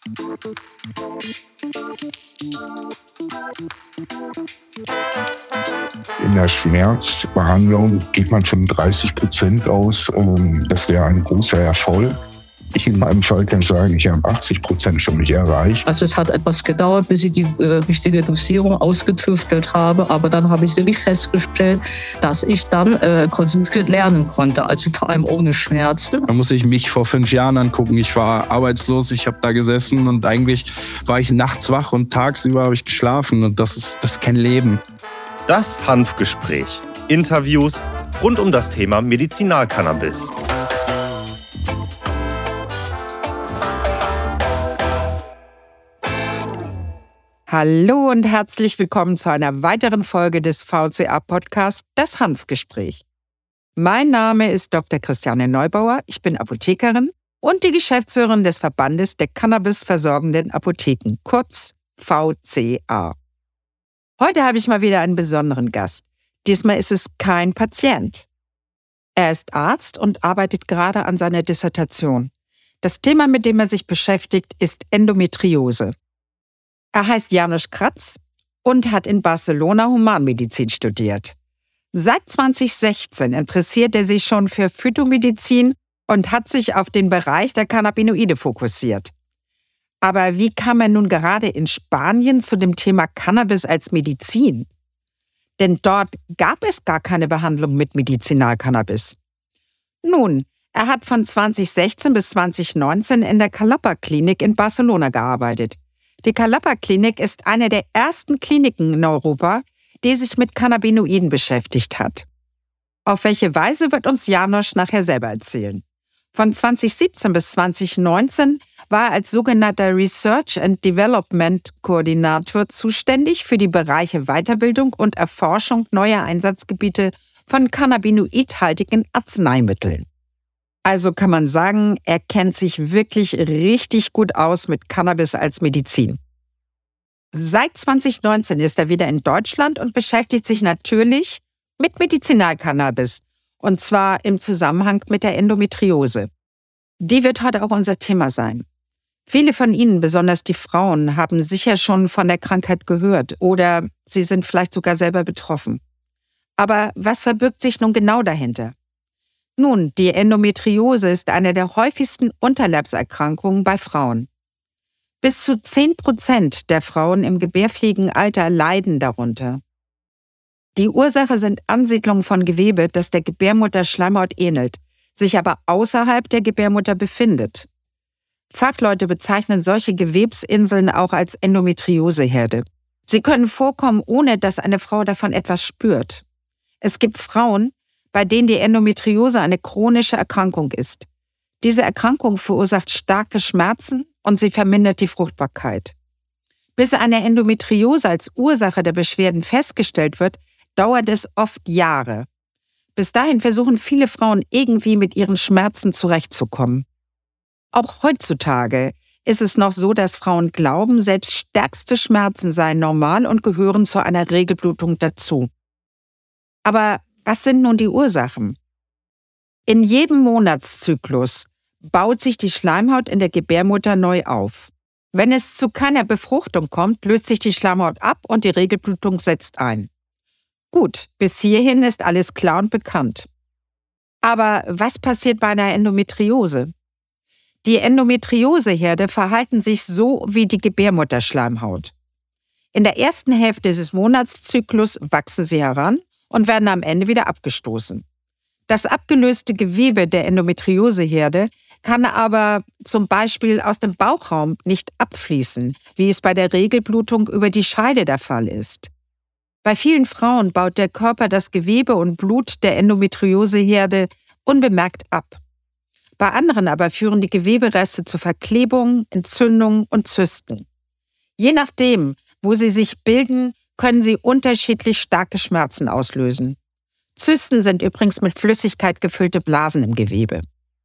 In der Schmerzbehandlung geht man von 30% aus. Das wäre ein großer Erfolg. Ich in meinem Fall kann sagen, ich habe 80% schon nicht erreicht. Also es hat etwas gedauert, bis ich die richtige Dosierung ausgetüftelt habe. Aber dann habe ich wirklich festgestellt, dass ich dann konzentriert lernen konnte. Also vor allem ohne Schmerzen. Da muss ich mich vor 5 Jahren angucken. Ich war arbeitslos, ich habe da gesessen und eigentlich war ich nachts wach und tagsüber habe ich geschlafen. Und das ist kein Leben. Das Hanfgespräch. Interviews rund um das Thema Medizinalcannabis. Hallo und herzlich willkommen zu einer weiteren Folge des VCA-Podcasts, das Hanfgespräch. Mein Name ist Dr. Christiane Neubauer, ich bin Apothekerin und die Geschäftsführerin des Verbandes der Cannabis-versorgenden Apotheken, kurz VCA. Heute habe ich mal wieder einen besonderen Gast. Diesmal ist es kein Patient. Er ist Arzt und arbeitet gerade an seiner Dissertation. Das Thema, mit dem er sich beschäftigt, ist Endometriose. Er heißt János Kratz und hat in Barcelona Humanmedizin studiert. Seit 2016 interessiert er sich schon für Phytomedizin und hat sich auf den Bereich der Cannabinoide fokussiert. Aber wie kam er nun gerade in Spanien zu dem Thema Cannabis als Medizin? Denn dort gab es gar keine Behandlung mit Medizinalcannabis. Nun, er hat von 2016 bis 2019 in der Calapa-Klinik in Barcelona gearbeitet. Die Calapa-Klinik ist eine der ersten Kliniken in Europa, die sich mit Cannabinoiden beschäftigt hat. Auf welche Weise wird uns János nachher selber erzählen. Von 2017 bis 2019 war er als sogenannter Research and Development Koordinator zuständig für die Bereiche Weiterbildung und Erforschung neuer Einsatzgebiete von cannabinoidhaltigen Arzneimitteln. Also kann man sagen, er kennt sich wirklich richtig gut aus mit Cannabis als Medizin. Seit 2019 ist er wieder in Deutschland und beschäftigt sich natürlich mit Medizinalcannabis. Und zwar im Zusammenhang mit der Endometriose. Die wird heute auch unser Thema sein. Viele von Ihnen, besonders die Frauen, haben sicher schon von der Krankheit gehört oder sie sind vielleicht sogar selber betroffen. Aber was verbirgt sich nun genau dahinter? Nun, die Endometriose ist eine der häufigsten Unterleibserkrankungen bei Frauen. Bis zu 10% der Frauen im gebärfähigen Alter leiden darunter. Die Ursache sind Ansiedlungen von Gewebe, das der Gebärmutterschleimhaut ähnelt, sich aber außerhalb der Gebärmutter befindet. Fachleute bezeichnen solche Gewebsinseln auch als Endometrioseherde. Sie können vorkommen, ohne dass eine Frau davon etwas spürt. Es gibt Frauen, bei denen die Endometriose eine chronische Erkrankung ist. Diese Erkrankung verursacht starke Schmerzen und sie vermindert die Fruchtbarkeit. Bis eine Endometriose als Ursache der Beschwerden festgestellt wird, dauert es oft Jahre. Bis dahin versuchen viele Frauen irgendwie mit ihren Schmerzen zurechtzukommen. Auch heutzutage ist es noch so, dass Frauen glauben, selbst stärkste Schmerzen seien normal und gehören zu einer Regelblutung dazu. Aber was sind nun die Ursachen? In jedem Monatszyklus baut sich die Schleimhaut in der Gebärmutter neu auf. Wenn es zu keiner Befruchtung kommt, löst sich die Schleimhaut ab und die Regelblutung setzt ein. Gut, bis hierhin ist alles klar und bekannt. Aber was passiert bei einer Endometriose? Die Endometrioseherde verhalten sich so wie die Gebärmutterschleimhaut. In der ersten Hälfte des Monatszyklus wachsen sie heran und werden am Ende wieder abgestoßen. Das abgelöste Gewebe der Endometrioseherde kann aber zum Beispiel aus dem Bauchraum nicht abfließen, wie es bei der Regelblutung über die Scheide der Fall ist. Bei vielen Frauen baut der Körper das Gewebe und Blut der Endometrioseherde unbemerkt ab. Bei anderen aber führen die Gewebereste zu Verklebungen, Entzündungen und Zysten. Je nachdem, wo sie sich bilden, können sie unterschiedlich starke Schmerzen auslösen. Zysten sind übrigens mit Flüssigkeit gefüllte Blasen im Gewebe.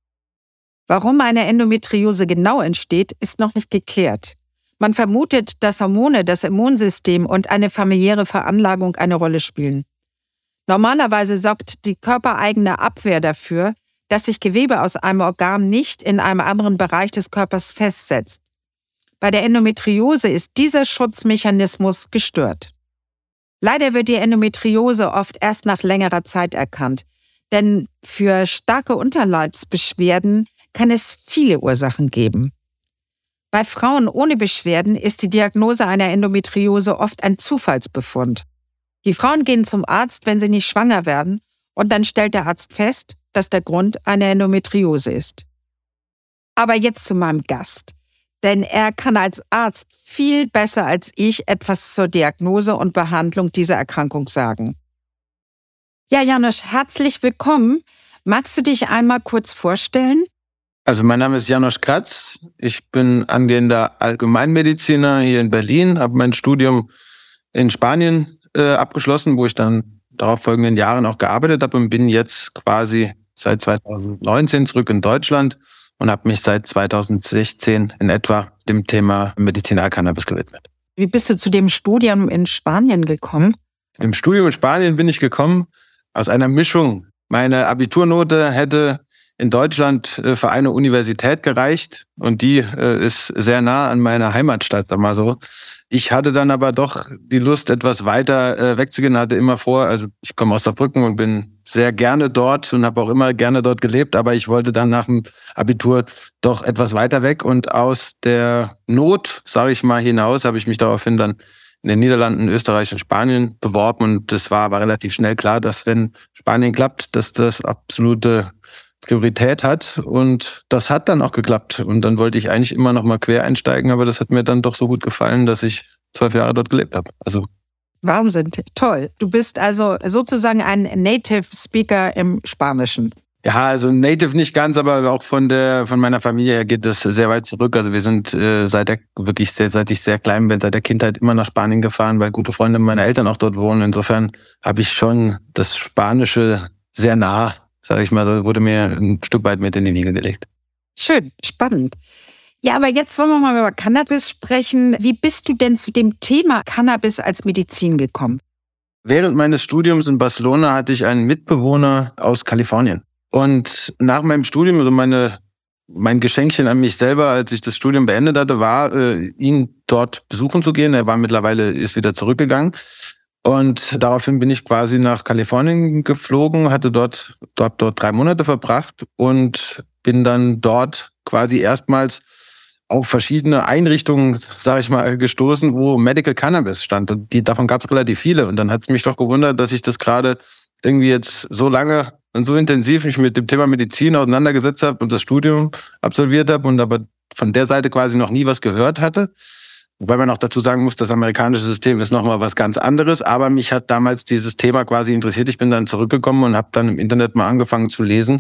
Warum eine Endometriose genau entsteht, ist noch nicht geklärt. Man vermutet, dass Hormone, das Immunsystem und eine familiäre Veranlagung eine Rolle spielen. Normalerweise sorgt die körpereigene Abwehr dafür, dass sich Gewebe aus einem Organ nicht in einem anderen Bereich des Körpers festsetzt. Bei der Endometriose ist dieser Schutzmechanismus gestört. Leider wird die Endometriose oft erst nach längerer Zeit erkannt, denn für starke Unterleibsbeschwerden kann es viele Ursachen geben. Bei Frauen ohne Beschwerden ist die Diagnose einer Endometriose oft ein Zufallsbefund. Die Frauen gehen zum Arzt, wenn sie nicht schwanger werden, und dann stellt der Arzt fest, dass der Grund eine Endometriose ist. Aber jetzt zu meinem Gast, denn er kann als Arzt viel besser als ich etwas zur Diagnose und Behandlung dieser Erkrankung sagen. Ja, János, herzlich willkommen. Magst du dich einmal kurz vorstellen? Also mein Name ist János Kratz. Ich bin angehender Allgemeinmediziner hier in Berlin, habe mein Studium in Spanien abgeschlossen, wo ich dann darauffolgenden Jahren auch gearbeitet habe und bin jetzt quasi seit 2019 zurück in Deutschland und habe mich seit 2016 in etwa dem Thema Medizinalcannabis gewidmet. Wie bist du zu dem Studium in Spanien gekommen? Im Studium in Spanien bin ich gekommen aus einer Mischung. Meine Abiturnote hätte in Deutschland für eine Universität gereicht und die ist sehr nah an meiner Heimatstadt, sag mal so. Ich hatte dann aber doch die Lust, etwas weiter wegzugehen, hatte immer vor, also ich komme aus Saarbrücken und bin sehr gerne dort und habe auch immer gerne dort gelebt, aber ich wollte dann nach dem Abitur doch etwas weiter weg und aus der Not, sage ich mal, hinaus habe ich mich daraufhin dann in den Niederlanden, Österreich und Spanien beworben und es war aber relativ schnell klar, dass wenn Spanien klappt, dass das absolute Priorität hat und das hat dann auch geklappt und dann wollte ich eigentlich immer noch mal quer einsteigen, aber das hat mir dann doch so gut gefallen, dass ich 12 Jahre dort gelebt habe. Also Wahnsinn, toll. Du bist also sozusagen ein Native Speaker im Spanischen. ja, also Native nicht ganz, aber auch von meiner Familie her geht das sehr weit zurück. Also wir sind seit ich sehr klein bin, seit der Kindheit immer nach Spanien gefahren, weil gute Freunde meiner Eltern auch dort wohnen. Insofern habe ich schon das Spanische sehr nah, sage ich mal, so wurde mir ein Stück weit mit in die Wiege gelegt. Schön, spannend. Ja, aber jetzt wollen wir mal über Cannabis sprechen. Wie bist du denn zu dem Thema Cannabis als Medizin gekommen? Während meines Studiums in Barcelona hatte ich einen Mitbewohner aus Kalifornien. Und nach meinem Studium, also mein Geschenkchen an mich selber, als ich das Studium beendet hatte, war, ihn dort besuchen zu gehen. Er war ist wieder zurückgegangen. Und daraufhin bin ich quasi nach Kalifornien geflogen, habe dort 3 Monate verbracht und bin dann dort quasi erstmals auf verschiedene Einrichtungen, sage ich mal, gestoßen, wo Medical Cannabis stand. Und davon gab es relativ viele. Und dann hat es mich doch gewundert, dass ich das gerade irgendwie jetzt so lange und so intensiv mich mit dem Thema Medizin auseinandergesetzt habe und das Studium absolviert habe und aber von der Seite quasi noch nie was gehört hatte. Wobei man auch dazu sagen muss, das amerikanische System ist nochmal was ganz anderes. Aber mich hat damals dieses Thema quasi interessiert. Ich bin dann zurückgekommen und habe dann im Internet mal angefangen zu lesen,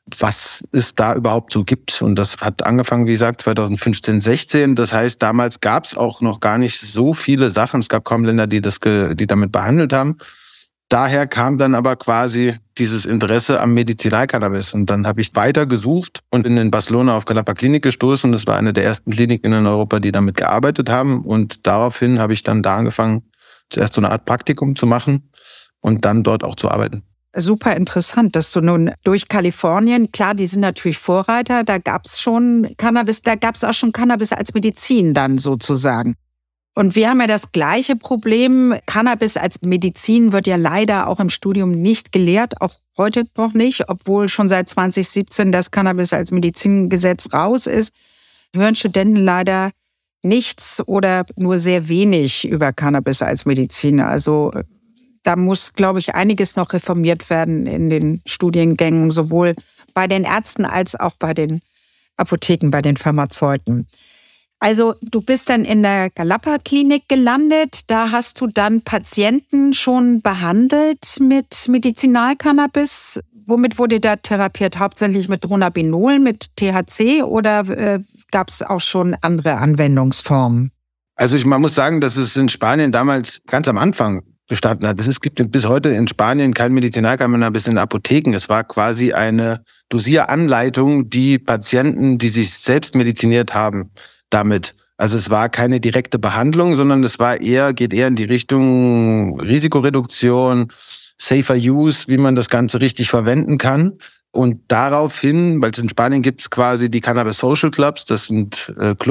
was es da überhaupt so gibt. Und das hat angefangen, wie gesagt, 2015, 16. Das heißt, damals gab es auch noch gar nicht so viele Sachen. Es gab kaum Länder, die damit behandelt haben. Daher kam dann aber quasi dieses Interesse am Medizinalcannabis. Und dann habe ich weiter gesucht und bin in Barcelona auf Calapa Klinik gestoßen. Das war eine der ersten Kliniken in Europa, die damit gearbeitet haben. Und daraufhin habe ich dann da angefangen, zuerst so eine Art Praktikum zu machen und dann dort auch zu arbeiten. Super interessant, dass du nun durch Kalifornien, klar, die sind natürlich Vorreiter, da gab es schon Cannabis, da gab es auch schon Cannabis als Medizin dann sozusagen. Und wir haben ja das gleiche Problem. Cannabis als Medizin wird ja leider auch im Studium nicht gelehrt, auch heute noch nicht, obwohl schon seit 2017 das Cannabis als Medizingesetz raus ist. Hören Studenten leider nichts oder nur sehr wenig über Cannabis als Medizin. Also da muss, glaube ich, einiges noch reformiert werden in den Studiengängen, sowohl bei den Ärzten als auch bei den Apotheken, bei den Pharmazeuten. Also du bist dann in der Calapa-Klinik gelandet. Da hast du dann Patienten schon behandelt mit Medizinalcannabis. Womit wurde da therapiert? Hauptsächlich mit Dronabinol, mit THC oder gab es auch schon andere Anwendungsformen? Also man muss sagen, dass es in Spanien damals ganz am Anfang gestanden hat. Es gibt bis heute in Spanien kein Medizinalcannabis in Apotheken. Es war quasi eine Dosieranleitung, die Patienten, die sich selbst mediziniert haben, damit. Also es war keine direkte Behandlung, sondern es geht eher in die Richtung Risikoreduktion, safer use, wie man das Ganze richtig verwenden kann. Und daraufhin, weil es in Spanien gibt es quasi die Cannabis Social Clubs, das sind Clubs,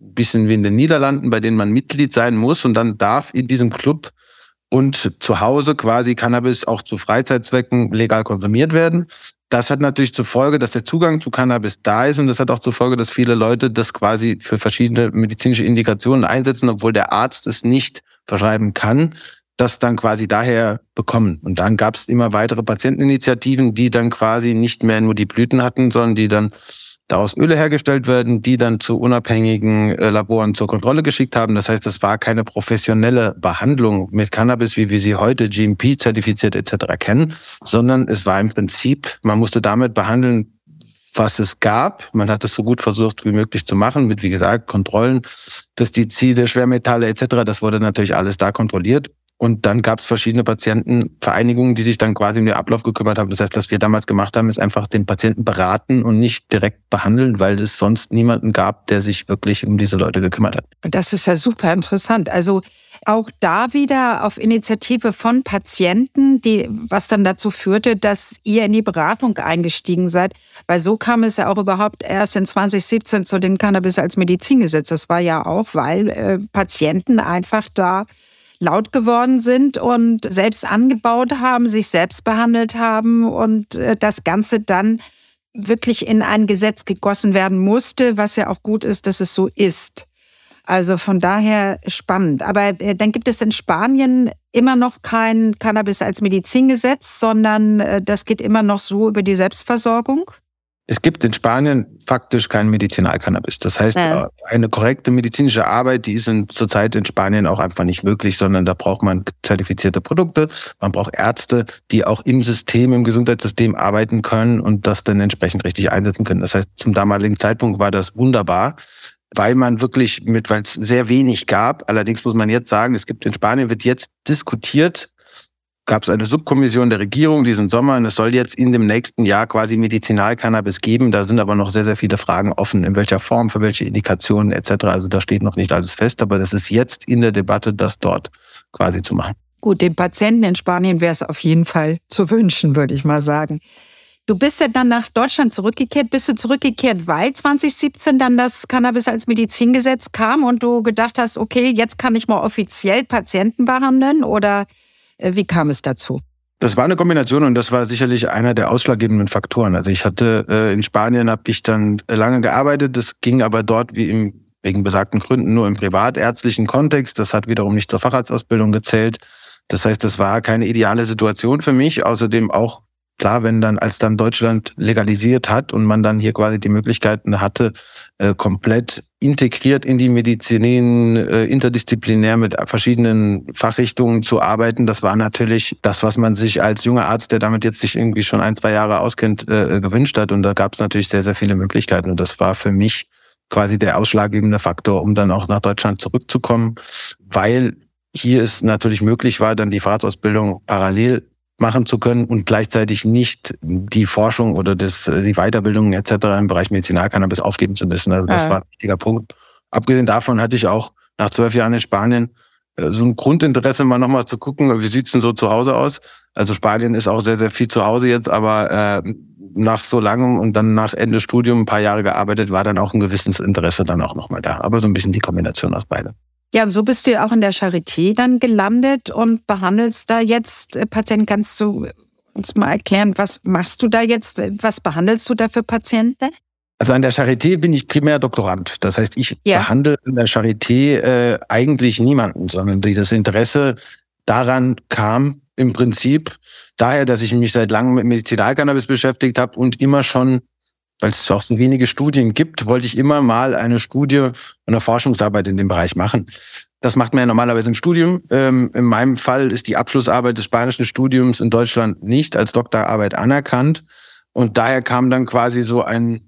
ein bisschen wie in den Niederlanden, bei denen man Mitglied sein muss und dann darf in diesem Club und zu Hause quasi Cannabis auch zu Freizeitzwecken legal konsumiert werden. Das hat natürlich zur Folge, dass der Zugang zu Cannabis da ist und das hat auch zur Folge, dass viele Leute das quasi für verschiedene medizinische Indikationen einsetzen, obwohl der Arzt es nicht verschreiben kann, das dann quasi daher bekommen. Und dann gab es immer weitere Patienteninitiativen, die dann quasi nicht mehr nur die Blüten hatten, sondern die dann daraus Öle hergestellt werden, die dann zu unabhängigen Laboren zur Kontrolle geschickt haben. Das heißt, das war keine professionelle Behandlung mit Cannabis, wie wir sie heute GMP-zertifiziert etc. kennen, sondern es war im Prinzip, man musste damit behandeln, was es gab. Man hat es so gut versucht wie möglich zu machen, mit, wie gesagt, Kontrollen, Pestizide, Schwermetalle etc. Das wurde natürlich alles da kontrolliert. Und dann gab es verschiedene Patientenvereinigungen, die sich dann quasi um den Ablauf gekümmert haben. Das heißt, was wir damals gemacht haben, ist einfach den Patienten beraten und nicht direkt behandeln, weil es sonst niemanden gab, der sich wirklich um diese Leute gekümmert hat. Und das ist ja super interessant. Also auch da wieder auf Initiative von Patienten, was dann dazu führte, dass ihr in die Beratung eingestiegen seid. Weil so kam es ja auch überhaupt erst in 2017 zu den Cannabis als Medizingesetz. Das war ja auch, weil Patienten einfach da laut geworden sind und selbst angebaut haben, sich selbst behandelt haben und das Ganze dann wirklich in ein Gesetz gegossen werden musste, was ja auch gut ist, dass es so ist. Also von daher spannend. Aber dann gibt es in Spanien immer noch kein Cannabis als Medizingesetz, sondern das geht immer noch so über die Selbstversorgung? Es gibt in Spanien faktisch kein Medizinalcannabis. Das heißt, eine korrekte medizinische Arbeit, die ist zurzeit in Spanien auch einfach nicht möglich, sondern da braucht man zertifizierte Produkte, man braucht Ärzte, die auch im Gesundheitssystem arbeiten können und das dann entsprechend richtig einsetzen können. Das heißt, zum damaligen Zeitpunkt war das wunderbar, weil man wirklich weil es sehr wenig gab. Allerdings muss man jetzt sagen, in Spanien wird jetzt diskutiert, gab es eine Subkommission der Regierung diesen Sommer und es soll jetzt in dem nächsten Jahr quasi Medizinalcannabis geben. Da sind aber noch sehr, sehr viele Fragen offen, in welcher Form, für welche Indikationen etc. Also da steht noch nicht alles fest, aber das ist jetzt in der Debatte, das dort quasi zu machen. Gut, den Patienten in Spanien wäre es auf jeden Fall zu wünschen, würde ich mal sagen. Du bist ja dann nach Deutschland zurückgekehrt. Bist du zurückgekehrt, weil 2017 dann das Cannabis als Medizingesetz kam und du gedacht hast, okay, jetzt kann ich mal offiziell Patienten behandeln oder wie kam es dazu? Das war eine Kombination und das war sicherlich einer der ausschlaggebenden Faktoren. Also ich hatte in Spanien habe ich dann lange gearbeitet. Das ging aber dort wegen besagten Gründen nur im privatärztlichen Kontext. Das hat wiederum nicht zur Facharztausbildung gezählt. Das heißt, das war keine ideale Situation für mich. Außerdem auch klar, als dann Deutschland legalisiert hat und man dann hier quasi die Möglichkeiten hatte, komplett integriert in die Medizin, interdisziplinär mit verschiedenen Fachrichtungen zu arbeiten. Das war natürlich das, was man sich als junger Arzt, der damit jetzt sich irgendwie schon 1-2 Jahre auskennt, gewünscht hat. Und da gab es natürlich sehr, sehr viele Möglichkeiten. Und das war für mich quasi der ausschlaggebende Faktor, um dann auch nach Deutschland zurückzukommen, weil hier es natürlich möglich war, dann die Facharztausbildung parallel machen zu können und gleichzeitig nicht die Forschung oder die Weiterbildung etc. im Bereich Medizinalcannabis aufgeben zu müssen. Also das war ein wichtiger Punkt. Abgesehen davon hatte ich auch nach 12 Jahren in Spanien so ein Grundinteresse, mal nochmal zu gucken, wie sieht's denn so zu Hause aus? Also Spanien ist auch sehr, sehr viel zu Hause jetzt, aber nach so langem und dann nach Ende Studium ein paar Jahre gearbeitet, war dann auch ein gewisses Interesse dann auch nochmal da. Aber so ein bisschen die Kombination aus beiden. Ja, und so bist du ja auch in der Charité dann gelandet und behandelst da jetzt Patienten. Kannst du uns mal erklären, was machst du da jetzt? Was behandelst du da für Patienten? Also an der Charité bin ich primär Doktorand. Das heißt, ich behandle in der Charité eigentlich niemanden, sondern das Interesse daran kam im Prinzip daher, dass ich mich seit langem mit Medizinalcannabis beschäftigt habe und immer schon, weil es auch so wenige Studien gibt, wollte ich immer mal eine Studie und eine Forschungsarbeit in dem Bereich machen. Das macht man ja normalerweise im Studium. In meinem Fall ist die Abschlussarbeit des spanischen Studiums in Deutschland nicht als Doktorarbeit anerkannt. Und daher kam dann quasi so ein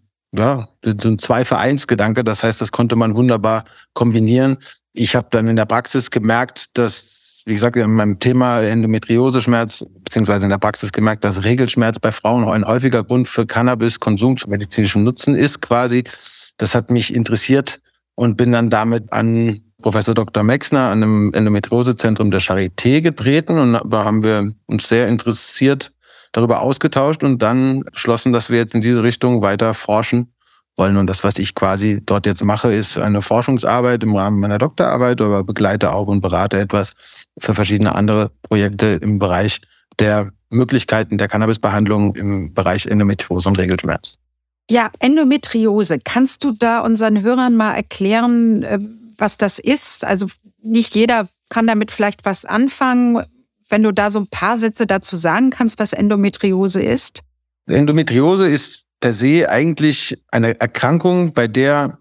Zwei-Vereins-Gedanke. Das heißt, das konnte man wunderbar kombinieren. Ich habe dann in der Praxis gemerkt, dass, wie gesagt, in meinem Thema Endometrioseschmerz, beziehungsweise in der Praxis gemerkt, dass Regelschmerz bei Frauen auch ein häufiger Grund für Cannabiskonsum zu medizinischem Nutzen ist quasi. Das hat mich interessiert und bin dann damit an Professor Dr. Mexner an einem Endometriosezentrum der Charité getreten und da haben wir uns sehr interessiert darüber ausgetauscht und dann beschlossen, dass wir jetzt in diese Richtung weiter forschen wollen. Und das, was ich quasi dort jetzt mache, ist eine Forschungsarbeit im Rahmen meiner Doktorarbeit, aber begleite auch und berate etwas für verschiedene andere Projekte im Bereich der Möglichkeiten der Cannabisbehandlung im Bereich Endometriose und Regelschmerz. Ja, Endometriose. Kannst du da unseren Hörern mal erklären, was das ist? Also nicht jeder kann damit vielleicht was anfangen. Wenn du da so ein paar Sätze dazu sagen kannst, was Endometriose ist? Endometriose ist per se eigentlich eine Erkrankung, bei der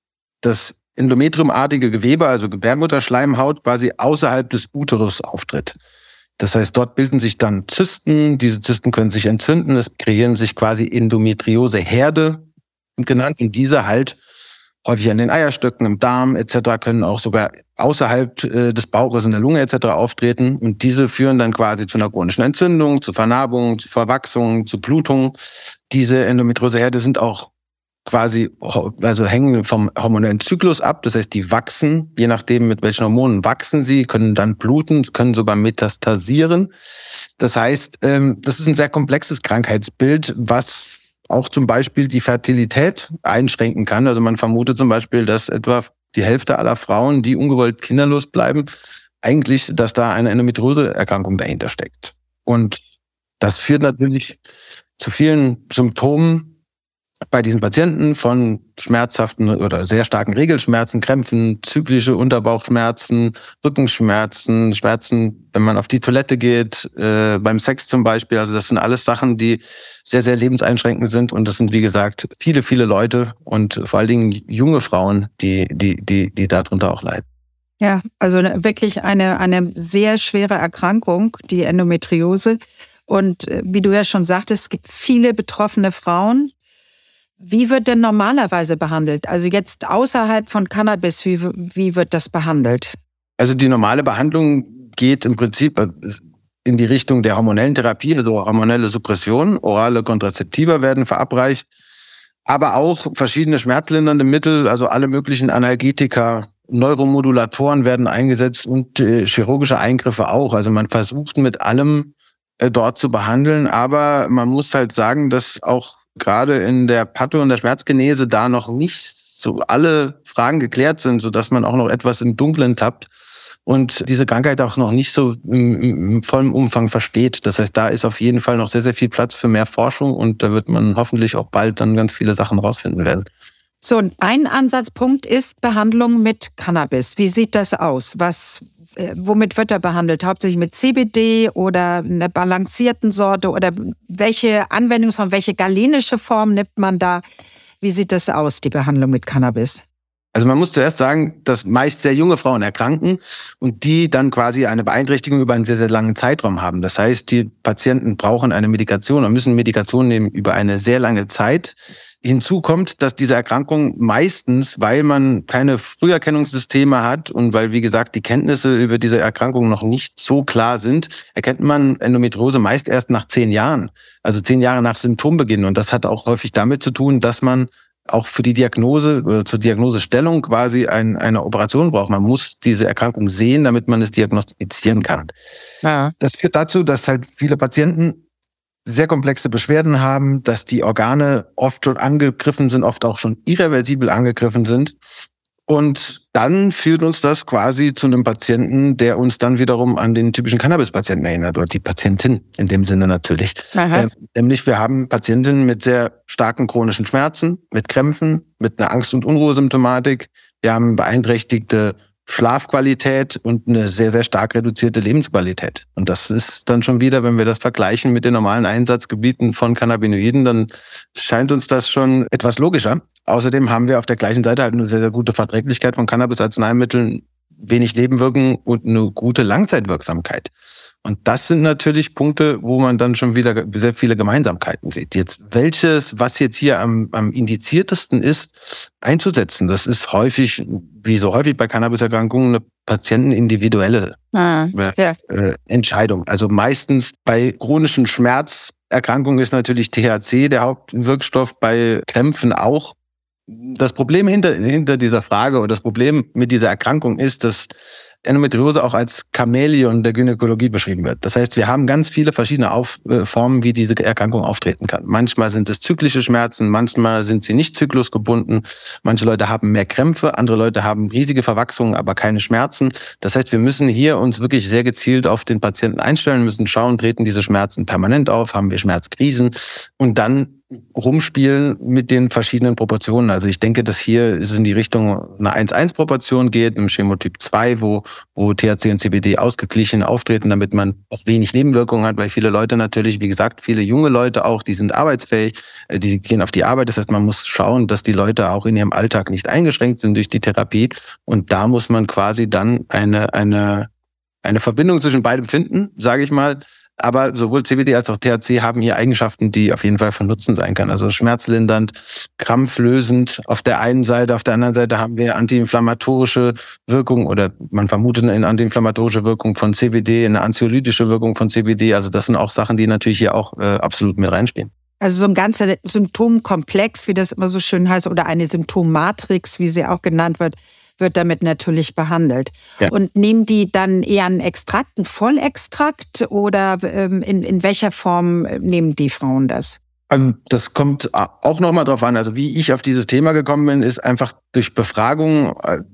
das endometriumartige Gewebe, also Gebärmutterschleimhaut, quasi außerhalb des Uterus auftritt. Das heißt, dort bilden sich dann Zysten. Diese Zysten können sich entzünden. Es kreieren sich quasi Endometrioseherde genannt. Und diese halt häufig an den Eierstöcken, im Darm etc. können auch sogar außerhalb des Bauches, in der Lunge etc. auftreten. Und diese führen dann quasi zu einer chronischen Entzündung, zu Vernarbung, zu Verwachsung, zu Blutung. Diese Endometrioseherde sind auch quasi, also hängen vom hormonellen Zyklus ab. Das heißt, die wachsen, je nachdem mit welchen Hormonen wachsen sie, können dann bluten, können sogar metastasieren. Das heißt, das ist ein sehr komplexes Krankheitsbild, was auch zum Beispiel die Fertilität einschränken kann. Also man vermutet zum Beispiel, dass etwa die Hälfte aller Frauen, die ungewollt kinderlos bleiben, eigentlich, dass da eine Endometriose-Erkrankung dahinter steckt. Und das führt natürlich zu vielen Symptomen bei diesen Patienten, von schmerzhaften oder sehr starken Regelschmerzen, Krämpfen, zyklische Unterbauchschmerzen, Rückenschmerzen, Schmerzen, wenn man auf die Toilette geht, beim Sex zum Beispiel. Also das sind alles Sachen, die sehr, sehr lebenseinschränkend sind. Und das sind, wie gesagt, viele, viele Leute und vor allen Dingen junge Frauen, die darunter auch leiden. Ja, also wirklich eine sehr schwere Erkrankung, die Endometriose. Und wie du ja schon sagtest, es gibt viele betroffene Frauen. Wie wird denn normalerweise behandelt? Also jetzt außerhalb von Cannabis, wie wird das behandelt? Also die normale Behandlung geht im Prinzip in die Richtung der hormonellen Therapie, also hormonelle Suppression, orale Kontrazeptiva werden verabreicht, aber auch verschiedene schmerzlindernde Mittel, also alle möglichen Analgetika, Neuromodulatoren werden eingesetzt und chirurgische Eingriffe auch. Also man versucht mit allem dort zu behandeln, aber man muss halt sagen, dass auch gerade in der Patho- und der Schmerzgenese da noch nicht so alle Fragen geklärt sind, sodass man auch noch etwas im Dunkeln tappt und diese Krankheit auch noch nicht so im vollen Umfang versteht. Das heißt, da ist auf jeden Fall noch sehr, sehr viel Platz für mehr Forschung und da wird man hoffentlich auch bald dann ganz viele Sachen rausfinden werden. So, ein Ansatzpunkt ist Behandlung mit Cannabis. Wie sieht das aus? Womit wird er behandelt? Hauptsächlich mit CBD oder einer balancierten Sorte? Oder welche Anwendungsform, welche galenische Form nimmt man da? Wie sieht das aus, die Behandlung mit Cannabis? Also man muss zuerst sagen, dass meist sehr junge Frauen erkranken und die dann quasi eine Beeinträchtigung über einen sehr, sehr langen Zeitraum haben. Das heißt, die Patienten brauchen eine Medikation und müssen Medikation nehmen über eine sehr lange Zeit. Hinzu kommt, dass diese Erkrankung meistens, weil man keine Früherkennungssysteme hat und weil, wie gesagt, die Kenntnisse über diese Erkrankung noch nicht so klar sind, erkennt man Endometriose meist erst nach 10 Jahren. Also 10 Jahre nach Symptombeginn. Und das hat auch häufig damit zu tun, dass man auch für die Diagnose oder zur Diagnosestellung quasi eine Operation braucht. Man muss diese Erkrankung sehen, damit man es diagnostizieren kann. Ja. Das führt dazu, dass halt viele Patienten sehr komplexe Beschwerden haben, dass die Organe oft schon angegriffen sind, oft auch schon irreversibel angegriffen sind. Und dann führt uns das quasi zu einem Patienten, der uns dann wiederum an den typischen Cannabis-Patienten erinnert, oder die Patientin in dem Sinne natürlich. Nämlich wir haben Patientinnen mit sehr starken chronischen Schmerzen, mit Krämpfen, mit einer Angst- und Unruhesymptomatik. Wir haben beeinträchtigte Schlafqualität und eine sehr, sehr stark reduzierte Lebensqualität. Und das ist dann schon wieder, wenn wir das vergleichen mit den normalen Einsatzgebieten von Cannabinoiden, dann scheint uns das schon etwas logischer. Außerdem haben wir auf der gleichen Seite halt eine sehr, sehr gute Verträglichkeit von Cannabis-Arzneimitteln, wenig Nebenwirkungen und eine gute Langzeitwirksamkeit. Und das sind natürlich Punkte, wo man dann schon wieder sehr viele Gemeinsamkeiten sieht. Jetzt was jetzt hier am indiziertesten ist, einzusetzen, das ist häufig, wie so häufig bei Cannabiserkrankungen, eine patientenindividuelle Entscheidung. Also meistens bei chronischen Schmerzerkrankungen ist natürlich THC der Hauptwirkstoff, bei Krämpfen auch. Das Problem hinter dieser Frage oder das Problem mit dieser Erkrankung ist, dass Endometriose auch als Chamäleon der Gynäkologie beschrieben wird. Das heißt, wir haben ganz viele verschiedene Formen, wie diese Erkrankung auftreten kann. Manchmal sind es zyklische Schmerzen, manchmal sind sie nicht zyklusgebunden. Manche Leute haben mehr Krämpfe, andere Leute haben riesige Verwachsungen, aber keine Schmerzen. Das heißt, wir müssen hier uns wirklich sehr gezielt auf den Patienten einstellen, müssen schauen, treten diese Schmerzen permanent auf, haben wir Schmerzkrisen und dann rumspielen mit den verschiedenen Proportionen. Also ich denke, dass hier es in die Richtung eine 1:1-Proportion geht, im Chemotyp 2, wo THC und CBD ausgeglichen auftreten, damit man auch wenig Nebenwirkungen hat, weil viele Leute natürlich, wie gesagt, viele junge Leute auch, die sind arbeitsfähig, die gehen auf die Arbeit. Das heißt, man muss schauen, dass die Leute auch in ihrem Alltag nicht eingeschränkt sind durch die Therapie. Und da muss man quasi dann eine Verbindung zwischen beidem finden, sage ich mal. Aber sowohl CBD als auch THC haben hier Eigenschaften, die auf jeden Fall von Nutzen sein können. Also schmerzlindernd, krampflösend auf der einen Seite. Auf der anderen Seite haben wir antiinflammatorische Wirkung oder man vermutet eine antiinflammatorische Wirkung von CBD, eine anxiolytische Wirkung von CBD. Also das sind auch Sachen, die natürlich hier auch absolut mit reinspielen. Also so ein ganzer Symptomkomplex, wie das immer so schön heißt, oder eine Symptommatrix, wie sie auch genannt wird damit natürlich behandelt. Ja. Und nehmen die dann eher einen Extrakt, einen Vollextrakt oder in welcher Form nehmen die Frauen das? Also das kommt auch nochmal drauf an. Also wie ich auf dieses Thema gekommen bin, ist einfach durch Befragungen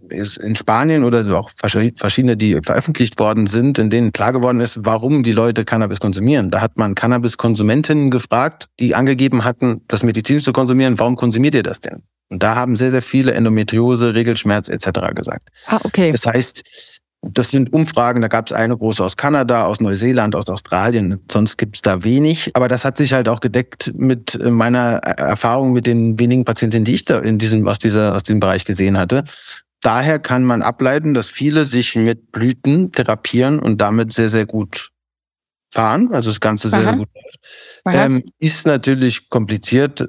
in Spanien oder auch verschiedene, die veröffentlicht worden sind, in denen klar geworden ist, warum die Leute Cannabis konsumieren. Da hat man Cannabiskonsumentinnen gefragt, die angegeben hatten, das medizinisch zu konsumieren. Warum konsumiert ihr das denn? Und da haben sehr, sehr viele Endometriose, Regelschmerz etc. gesagt. Okay. Das heißt, das sind Umfragen, da gab es eine große aus Kanada, aus Neuseeland, aus Australien. Sonst gibt es da wenig. Aber das hat sich halt auch gedeckt mit meiner Erfahrung mit den wenigen Patientinnen, die ich da aus diesem Bereich gesehen hatte. Daher kann man ableiten, dass viele sich mit Blüten therapieren und damit sehr, sehr gut fahren. Also das Ganze sehr, sehr gut läuft. Ist natürlich kompliziert,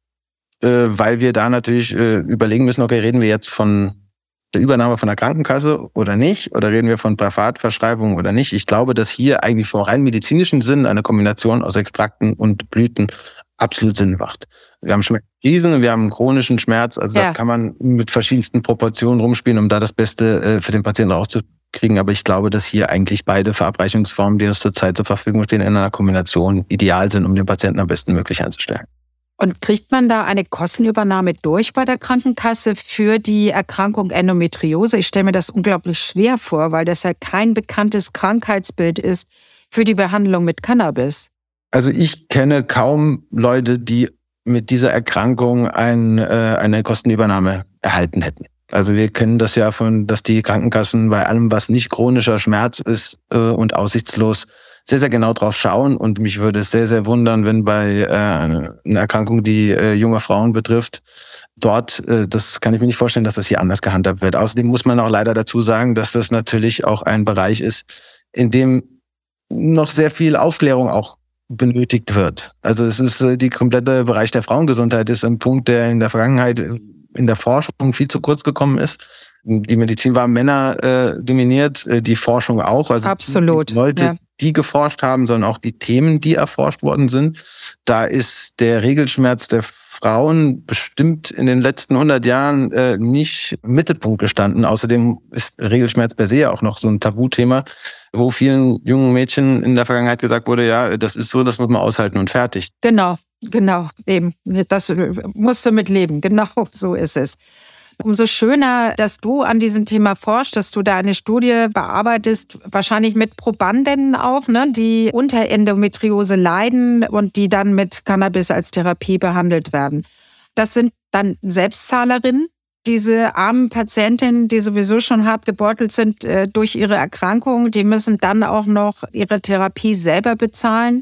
weil wir da natürlich überlegen müssen, okay, reden wir jetzt von der Übernahme von der Krankenkasse oder nicht? Oder reden wir von Privatverschreibung oder nicht? Ich glaube, dass hier eigentlich vom rein medizinischen Sinn eine Kombination aus Extrakten und Blüten absolut Sinn macht. Wir haben Schmerzkrisen und wir haben einen chronischen Schmerz. Also da kann man mit verschiedensten Proportionen rumspielen, um da das Beste für den Patienten rauszukriegen. Aber ich glaube, dass hier eigentlich beide Verabreichungsformen, die uns zurzeit zur Verfügung stehen, in einer Kombination ideal sind, um den Patienten am besten möglich einzustellen. Und kriegt man da eine Kostenübernahme durch bei der Krankenkasse für die Erkrankung Endometriose? Ich stelle mir das unglaublich schwer vor, weil das ja kein bekanntes Krankheitsbild ist für die Behandlung mit Cannabis. Also ich kenne kaum Leute, die mit dieser Erkrankung eine Kostenübernahme erhalten hätten. Also wir kennen das ja dass die Krankenkassen bei allem, was nicht chronischer Schmerz ist und aussichtslos, sehr, sehr genau drauf schauen. Und mich würde es sehr, sehr wundern, wenn bei einer Erkrankung, die junge Frauen betrifft, dort, das kann ich mir nicht vorstellen, dass das hier anders gehandhabt wird. Außerdem muss man auch leider dazu sagen, dass das natürlich auch ein Bereich ist, in dem noch sehr viel Aufklärung auch benötigt wird. Also es ist die komplette Bereich der Frauengesundheit ist ein Punkt, der in der Vergangenheit in der Forschung viel zu kurz gekommen ist. Die Medizin war Männer dominiert, die Forschung auch. Also absolut. Leute, die geforscht haben, sondern auch die Themen, die erforscht worden sind. Da ist der Regelschmerz der Frauen bestimmt in den letzten 100 Jahren nicht im Mittelpunkt gestanden. Außerdem ist Regelschmerz per se auch noch so ein Tabuthema, wo vielen jungen Mädchen in der Vergangenheit gesagt wurde, ja, das ist so, das muss man aushalten und fertig. Genau, eben. Das musst du mit leben. Genau so ist es. Umso schöner, dass du an diesem Thema forschst, dass du da eine Studie bearbeitest, wahrscheinlich mit Probandinnen auch, ne, die unter Endometriose leiden und die dann mit Cannabis als Therapie behandelt werden. Das sind dann Selbstzahlerinnen, diese armen Patientinnen, die sowieso schon hart gebeutelt sind durch ihre Erkrankung, die müssen dann auch noch ihre Therapie selber bezahlen.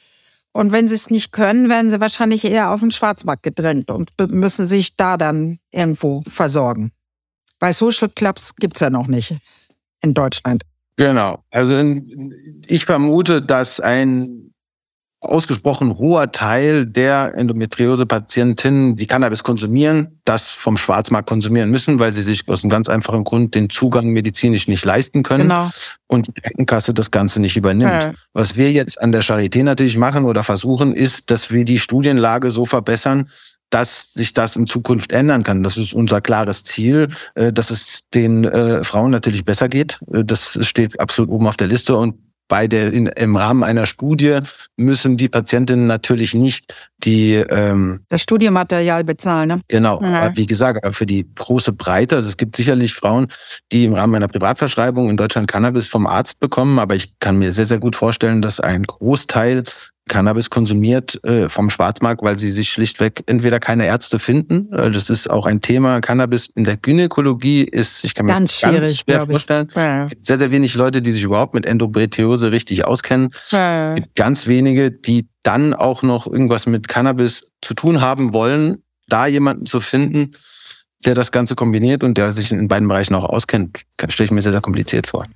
Und wenn sie es nicht können, werden sie wahrscheinlich eher auf den Schwarzmarkt gedrängt und müssen sich da dann irgendwo versorgen. Bei Social Clubs gibt es ja noch nicht in Deutschland. Genau. Also ich vermute, dass ein ausgesprochen hoher Teil der Endometriose-Patientinnen, die Cannabis konsumieren, das vom Schwarzmarkt konsumieren müssen, weil sie sich aus einem ganz einfachen Grund den Zugang medizinisch nicht leisten können. Genau. Und die Krankenkasse das Ganze nicht übernimmt. Ja. Was wir jetzt an der Charité natürlich machen oder versuchen, ist, dass wir die Studienlage so verbessern, dass sich das in Zukunft ändern kann. Das ist unser klares Ziel, dass es den Frauen natürlich besser geht. Das steht absolut oben auf der Liste. Und im Rahmen einer Studie müssen die Patientinnen natürlich nicht das Studienmaterial bezahlen, ne? Genau, Ja. aber wie gesagt, für die große Breite, also es gibt sicherlich Frauen, die im Rahmen einer Privatverschreibung in Deutschland Cannabis vom Arzt bekommen, aber ich kann mir sehr, sehr gut vorstellen, dass ein Großteil Cannabis konsumiert vom Schwarzmarkt, weil sie sich schlichtweg entweder keine Ärzte finden. Das ist auch ein Thema. Cannabis in der Gynäkologie ist, ich kann mir Ganz schwierig, schwer vorstellen. Ja. Es gibt sehr, sehr wenig Leute, die sich überhaupt mit Endometriose richtig auskennen. Ja. Es gibt ganz wenige, die dann auch noch irgendwas mit Cannabis zu tun haben wollen, da jemanden zu finden, der das Ganze kombiniert und der sich in beiden Bereichen auch auskennt, stelle ich mir sehr, sehr kompliziert vor.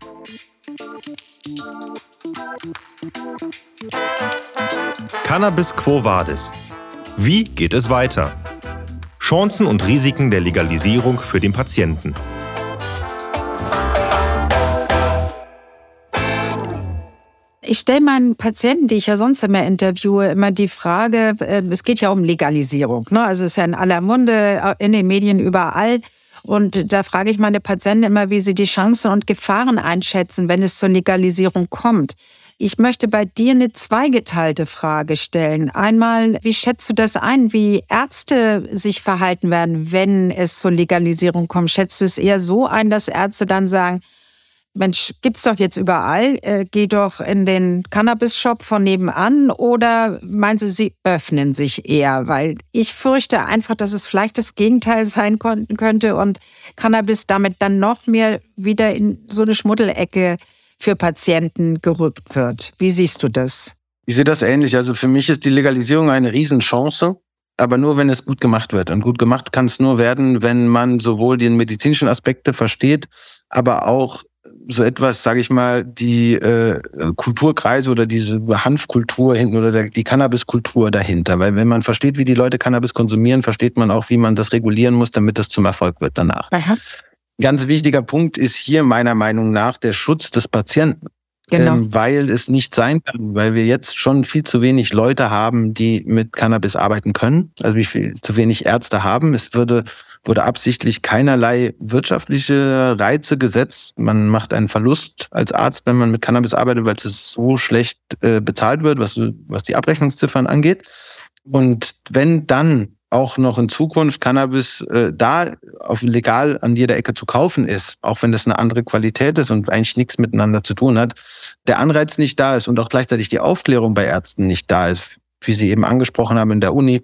Cannabis Quo Vadis. Wie geht es weiter? Chancen und Risiken der Legalisierung für den Patienten. Ich stelle meinen Patienten, die ich ja sonst immer interviewe, immer die Frage, es geht ja um Legalisierung, ne? Also es ist ja in aller Munde, in den Medien überall. Und da frage ich meine Patienten immer, wie sie die Chancen und Gefahren einschätzen, wenn es zur Legalisierung kommt. Ich möchte bei dir eine zweigeteilte Frage stellen. Einmal, wie schätzt du das ein, wie Ärzte sich verhalten werden, wenn es zur Legalisierung kommt? Schätzt du es eher so ein, dass Ärzte dann sagen, Mensch, gibt's doch jetzt überall, geh doch in den Cannabis-Shop von nebenan, oder meinst du, sie öffnen sich eher? Weil ich fürchte einfach, dass es vielleicht das Gegenteil sein könnte und Cannabis damit dann noch mehr wieder in so eine Schmuddelecke für Patienten gerückt wird. Wie siehst du das? Ich sehe das ähnlich. Also für mich ist die Legalisierung eine Riesenchance, aber nur, wenn es gut gemacht wird. Und gut gemacht kann es nur werden, wenn man sowohl die medizinischen Aspekte versteht, aber auch so etwas, sage ich mal, die Kulturkreise oder diese Hanfkultur hinten oder die Cannabiskultur dahinter. Weil wenn man versteht, wie die Leute Cannabis konsumieren, versteht man auch, wie man das regulieren muss, damit das zum Erfolg wird danach. Aha. Ganz wichtiger Punkt ist hier meiner Meinung nach der Schutz des Patienten. Genau. Weil es nicht sein kann, weil wir jetzt schon viel zu wenig Leute haben, die mit Cannabis arbeiten können, also zu wenig Ärzte haben. Es wurde absichtlich keinerlei wirtschaftliche Reize gesetzt. Man macht einen Verlust als Arzt, wenn man mit Cannabis arbeitet, weil es so schlecht bezahlt wird, was die Abrechnungsziffern angeht. Und wenn dann auch noch in Zukunft Cannabis legal an jeder Ecke zu kaufen ist, auch wenn das eine andere Qualität ist und eigentlich nichts miteinander zu tun hat, der Anreiz nicht da ist und auch gleichzeitig die Aufklärung bei Ärzten nicht da ist, wie Sie eben angesprochen haben in der Uni,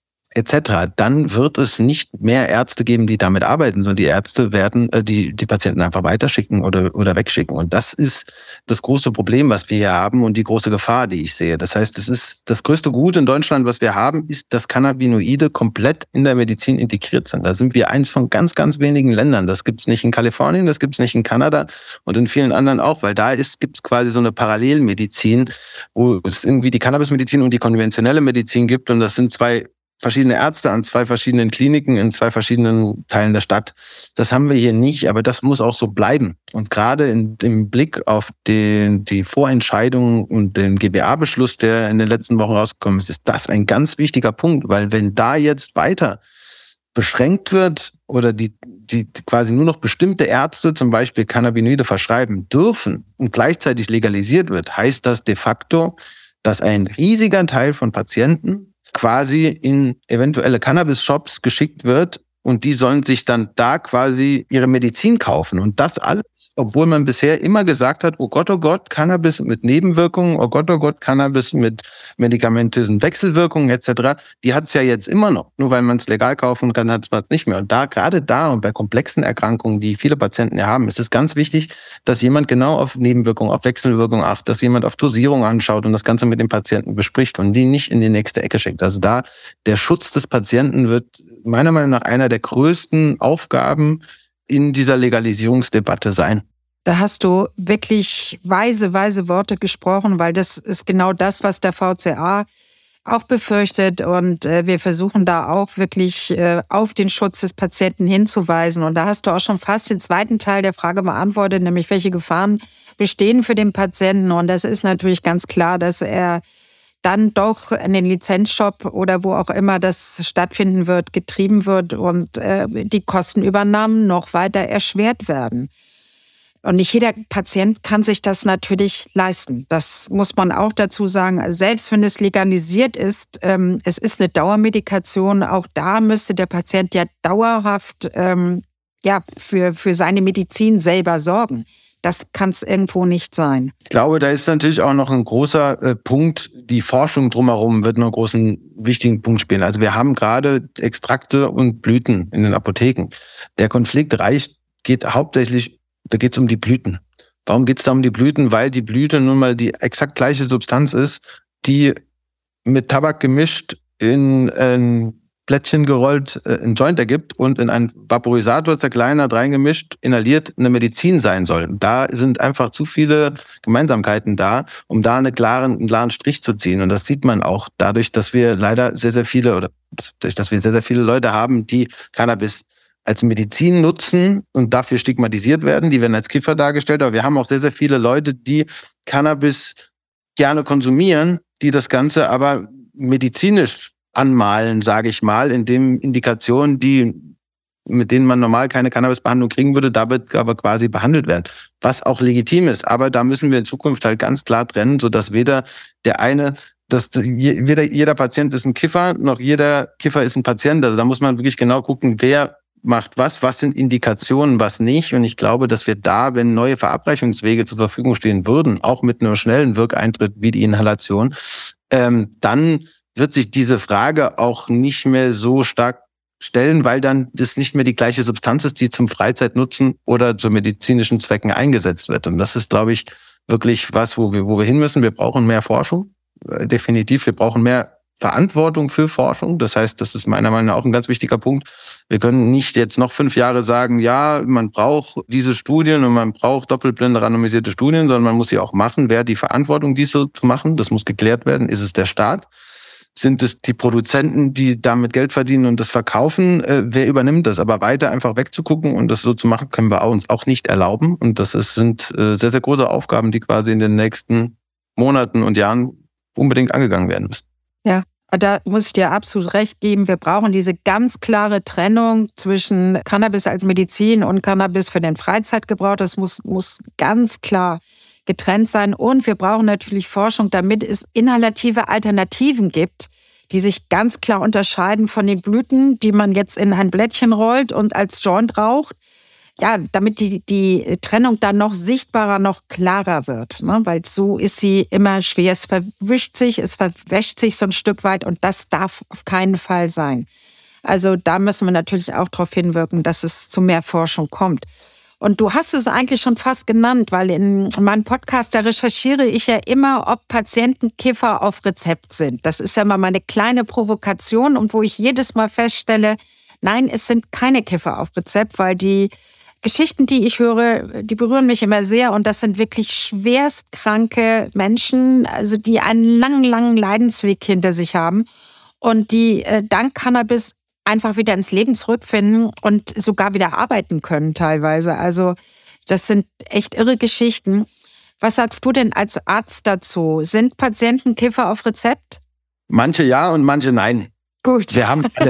etc., dann wird es nicht mehr Ärzte geben, die damit arbeiten, sondern die Ärzte werden die Patienten einfach weiterschicken oder wegschicken. Und das ist das große Problem, was wir hier haben und die große Gefahr, die ich sehe. Das heißt, es ist das größte Gut in Deutschland, was wir haben, ist, dass Cannabinoide komplett in der Medizin integriert sind. Da sind wir eins von ganz, ganz wenigen Ländern. Das gibt's nicht in Kalifornien, das gibt's nicht in Kanada und in vielen anderen auch, weil da gibt's quasi so eine Parallelmedizin, wo es irgendwie die Cannabismedizin und die konventionelle Medizin gibt, und das sind zwei verschiedene Ärzte an zwei verschiedenen Kliniken in zwei verschiedenen Teilen der Stadt. Das haben wir hier nicht, aber das muss auch so bleiben. Und gerade im Blick auf die Vorentscheidung und den GBA-Beschluss, der in den letzten Wochen rausgekommen ist das ein ganz wichtiger Punkt, weil wenn da jetzt weiter beschränkt wird oder die quasi nur noch bestimmte Ärzte zum Beispiel Cannabinoide verschreiben dürfen und gleichzeitig legalisiert wird, heißt das de facto, dass ein riesiger Teil von Patienten quasi in eventuelle Cannabis-Shops geschickt wird und die sollen sich dann da quasi ihre Medizin kaufen. Und das alles, obwohl man bisher immer gesagt hat, oh Gott, Cannabis mit Nebenwirkungen, oh Gott, Cannabis mit medikamentösen Wechselwirkungen etc., die hat es ja jetzt immer noch. Nur weil man es legal kaufen kann, hat man es nicht mehr. Und gerade da und bei komplexen Erkrankungen, die viele Patienten ja haben, ist es ganz wichtig, dass jemand genau auf Nebenwirkungen, auf Wechselwirkungen achtet, dass jemand auf Dosierung anschaut und das Ganze mit dem Patienten bespricht und die nicht in die nächste Ecke schickt. Also da der Schutz des Patienten wird meiner Meinung nach einer der größten Aufgaben in dieser Legalisierungsdebatte sein. Da hast du wirklich weise Worte gesprochen, weil das ist genau das, was der VCA auch befürchtet. Und wir versuchen da auch wirklich auf den Schutz des Patienten hinzuweisen. Und da hast du auch schon fast den zweiten Teil der Frage beantwortet, nämlich welche Gefahren bestehen für den Patienten. Und das ist natürlich ganz klar, dass er dann doch in den Lizenzshop oder wo auch immer das stattfinden wird, getrieben wird und die Kostenübernahmen noch weiter erschwert werden. Und nicht jeder Patient kann sich das natürlich leisten. Das muss man auch dazu sagen. Selbst wenn es legalisiert ist, es ist eine Dauermedikation. Auch da müsste der Patient ja dauerhaft für seine Medizin selber sorgen. Das kann es irgendwo nicht sein. Ich glaube, da ist natürlich auch noch ein großer Punkt. Die Forschung drumherum wird noch einen großen, wichtigen Punkt spielen. Also wir haben gerade Extrakte und Blüten in den Apotheken. Der Konflikt geht hauptsächlich, da geht es um die Blüten. Warum geht es da um die Blüten? Weil die Blüte nun mal die exakt gleiche Substanz ist, die mit Tabak gemischt in ein Plättchen gerollt ein Joint ergibt und in einen Vaporisator zerkleinert, reingemischt, inhaliert eine Medizin sein soll. Da sind einfach zu viele Gemeinsamkeiten da, um da einen klaren Strich zu ziehen. Und das sieht man auch dadurch, dass wir leider sehr, sehr viele Leute haben, die Cannabis als Medizin nutzen und dafür stigmatisiert werden. Die werden als Kiffer dargestellt. Aber wir haben auch sehr, sehr viele Leute, die Cannabis gerne konsumieren, die das Ganze aber medizinisch anmalen, sage ich mal, in dem Indikationen, mit denen man normal keine Cannabisbehandlung kriegen würde, da wird aber quasi behandelt werden. Was auch legitim ist. Aber da müssen wir in Zukunft halt ganz klar trennen, sodass weder jeder Patient ist ein Kiffer, noch jeder Kiffer ist ein Patient. Also da muss man wirklich genau gucken, wer macht was sind Indikationen, was nicht. Und ich glaube, dass wir da, wenn neue Verabreichungswege zur Verfügung stehen würden, auch mit einem schnellen Wirkeintritt wie die Inhalation, dann wird sich diese Frage auch nicht mehr so stark stellen, weil dann das nicht mehr die gleiche Substanz ist, die zum Freizeitnutzen oder zu medizinischen Zwecken eingesetzt wird. Und das ist, glaube ich, wirklich was, wo wir hin müssen. Wir brauchen mehr Forschung, definitiv. Wir brauchen mehr Verantwortung für Forschung. Das heißt, das ist meiner Meinung nach auch ein ganz wichtiger Punkt. Wir können nicht jetzt noch 5 Jahre sagen, ja, man braucht diese Studien und man braucht doppelblinde randomisierte Studien, sondern man muss sie auch machen. Wer hat die Verantwortung, dies so zu machen? Das muss geklärt werden. Ist es der Staat? Sind es die Produzenten, die damit Geld verdienen und das verkaufen? Wer übernimmt das? Aber weiter einfach wegzugucken und das so zu machen, können wir uns auch nicht erlauben. Und sind sehr, sehr große Aufgaben, die quasi in den nächsten Monaten und Jahren unbedingt angegangen werden müssen. Ja, da muss ich dir absolut recht geben. Wir brauchen diese ganz klare Trennung zwischen Cannabis als Medizin und Cannabis für den Freizeitgebrauch. Das muss ganz klar getrennt sein. Und wir brauchen natürlich Forschung, damit es inhalative Alternativen gibt, die sich ganz klar unterscheiden von den Blüten, die man jetzt in ein Blättchen rollt und als Joint raucht. Ja, damit die Trennung dann noch sichtbarer, noch klarer wird. Ne? Weil so ist sie immer schwer. Es verwischt sich, es verwäscht sich so ein Stück weit und das darf auf keinen Fall sein. Also da müssen wir natürlich auch darauf hinwirken, dass es zu mehr Forschung kommt. Und du hast es eigentlich schon fast genannt, weil in meinem Podcast, da recherchiere ich ja immer, ob Patienten Kiffer auf Rezept sind. Das ist ja immer meine kleine Provokation und wo ich jedes Mal feststelle, nein, es sind keine Kiffer auf Rezept, weil die Geschichten, die ich höre, die berühren mich immer sehr und das sind wirklich schwerstkranke Menschen, also die einen langen Leidensweg hinter sich haben und die dank Cannabis einfach wieder ins Leben zurückfinden und sogar wieder arbeiten können teilweise. Also das sind echt irre Geschichten. Was sagst du denn als Arzt dazu? Sind Patienten Kiffer auf Rezept? Manche ja und manche nein. Gut. Wir haben alle.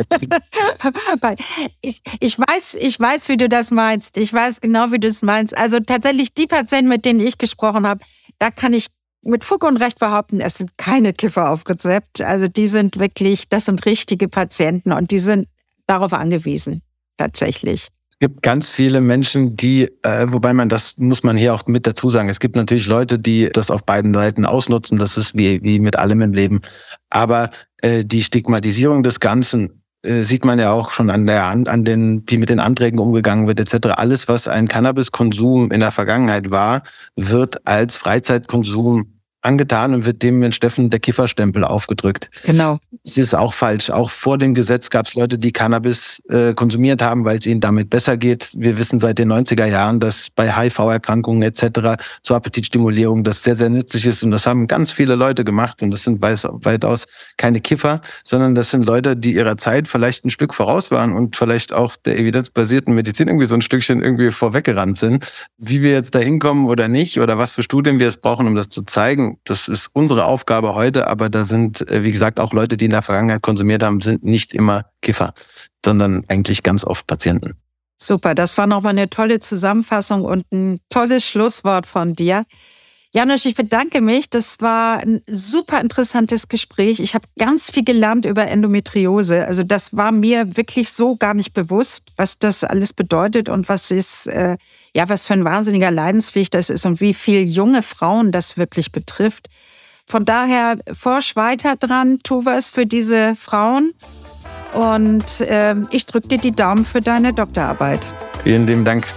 Ich weiß, wie du das meinst. Ich weiß genau, wie du es meinst. Also tatsächlich die Patienten, mit denen ich gesprochen habe, da kann ich mit Fug und Recht behaupten, es sind keine Kiffer auf Rezept. Also die sind wirklich, das sind richtige Patienten und die sind darauf angewiesen, tatsächlich. Es gibt ganz viele Menschen, die, wobei das muss man hier auch mit dazu sagen, es gibt natürlich Leute, die das auf beiden Seiten ausnutzen, das ist wie mit allem im Leben. Aber die Stigmatisierung des Ganzen sieht man ja auch schon wie mit den Anträgen umgegangen wird etc. Alles, was ein Cannabiskonsum in der Vergangenheit war, wird als Freizeitkonsum angetan und wird dementsprechend der Kifferstempel aufgedrückt. Genau. Das ist auch falsch. Auch vor dem Gesetz gab es Leute, die Cannabis konsumiert haben, weil es ihnen damit besser geht. Wir wissen seit den 90er Jahren, dass bei HIV-Erkrankungen etc. zur Appetitstimulierung das sehr, sehr nützlich ist. Und das haben ganz viele Leute gemacht. Und das sind weitaus keine Kiffer, sondern das sind Leute, die ihrer Zeit vielleicht ein Stück voraus waren und vielleicht auch der evidenzbasierten Medizin irgendwie so ein Stückchen irgendwie vorweggerannt sind. Wie wir jetzt da hinkommen oder nicht oder was für Studien wir jetzt brauchen, um das zu zeigen, sagen, das ist unsere Aufgabe heute, aber da sind, wie gesagt, auch Leute, die in der Vergangenheit konsumiert haben, sind nicht immer Kiffer, sondern eigentlich ganz oft Patienten. Super, das war nochmal eine tolle Zusammenfassung und ein tolles Schlusswort von dir. János, ich bedanke mich. Das war ein super interessantes Gespräch. Ich habe ganz viel gelernt über Endometriose. Also das war mir wirklich so gar nicht bewusst, was das alles bedeutet und was für ein wahnsinniger Leidensweg das ist und wie viele junge Frauen das wirklich betrifft. Von daher forsch weiter dran, tu was für diese Frauen. Und ich drücke dir die Daumen für deine Doktorarbeit. Vielen lieben Dank.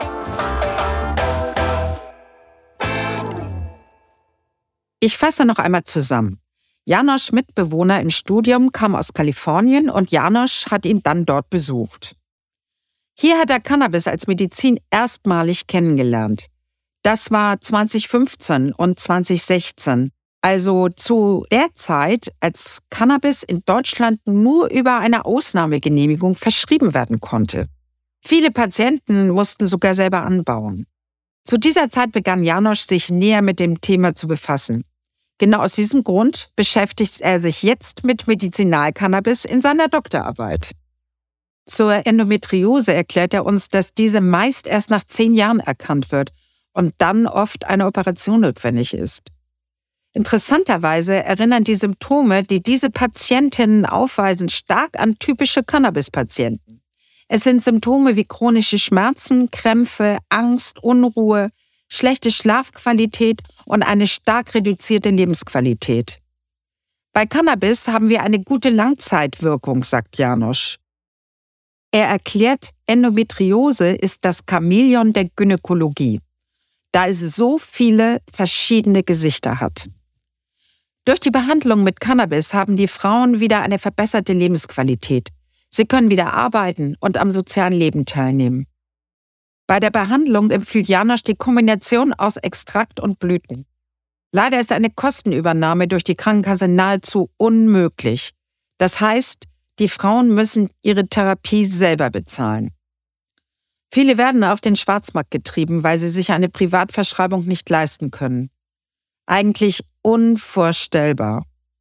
Ich fasse noch einmal zusammen. János' Mitbewohner im Studium kam aus Kalifornien und János hat ihn dann dort besucht. Hier hat er Cannabis als Medizin erstmalig kennengelernt. Das war 2015 und 2016. Also zu der Zeit, als Cannabis in Deutschland nur über eine Ausnahmegenehmigung verschrieben werden konnte. Viele Patienten mussten sogar selber anbauen. Zu dieser Zeit begann János sich näher mit dem Thema zu befassen. Genau aus diesem Grund beschäftigt er sich jetzt mit Medizinalcannabis in seiner Doktorarbeit. Zur Endometriose erklärt er uns, dass diese meist erst nach 10 Jahren erkannt wird und dann oft eine Operation notwendig ist. Interessanterweise erinnern die Symptome, die diese Patientinnen aufweisen, stark an typische Cannabis-Patienten. Es sind Symptome wie chronische Schmerzen, Krämpfe, Angst, Unruhe, schlechte Schlafqualität und eine stark reduzierte Lebensqualität. Bei Cannabis haben wir eine gute Langzeitwirkung, sagt János. Er erklärt, Endometriose ist das Chamäleon der Gynäkologie, da es so viele verschiedene Gesichter hat. Durch die Behandlung mit Cannabis haben die Frauen wieder eine verbesserte Lebensqualität. Sie können wieder arbeiten und am sozialen Leben teilnehmen. Bei der Behandlung empfiehlt János die Kombination aus Extrakt und Blüten. Leider ist eine Kostenübernahme durch die Krankenkasse nahezu unmöglich. Das heißt, die Frauen müssen ihre Therapie selber bezahlen. Viele werden auf den Schwarzmarkt getrieben, weil sie sich eine Privatverschreibung nicht leisten können. Eigentlich unvorstellbar.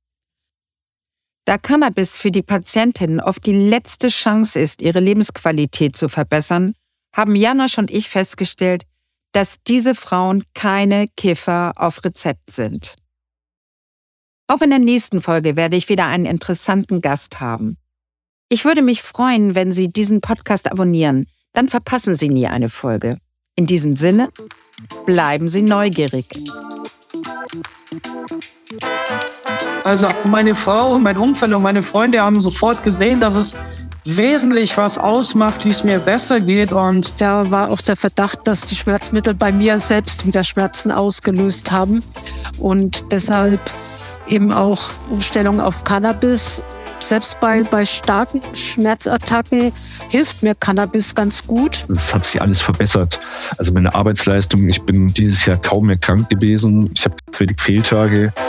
Da Cannabis für die Patientinnen oft die letzte Chance ist, ihre Lebensqualität zu verbessern, haben János und ich festgestellt, dass diese Frauen keine Kiffer auf Rezept sind. Auch in der nächsten Folge werde ich wieder einen interessanten Gast haben. Ich würde mich freuen, wenn Sie diesen Podcast abonnieren, dann verpassen Sie nie eine Folge. In diesem Sinne, bleiben Sie neugierig. Also meine Frau, mein Umfeld und meine Freunde haben sofort gesehen, dass es wesentlich was ausmacht, wie es mir besser geht. Und da war auch der Verdacht, dass die Schmerzmittel bei mir selbst wieder Schmerzen ausgelöst haben. Und deshalb eben auch Umstellung auf Cannabis. Selbst bei starken Schmerzattacken hilft mir Cannabis ganz gut. Es hat sich alles verbessert. Also meine Arbeitsleistung, ich bin dieses Jahr kaum mehr krank gewesen. Ich habe wenig Fehltage.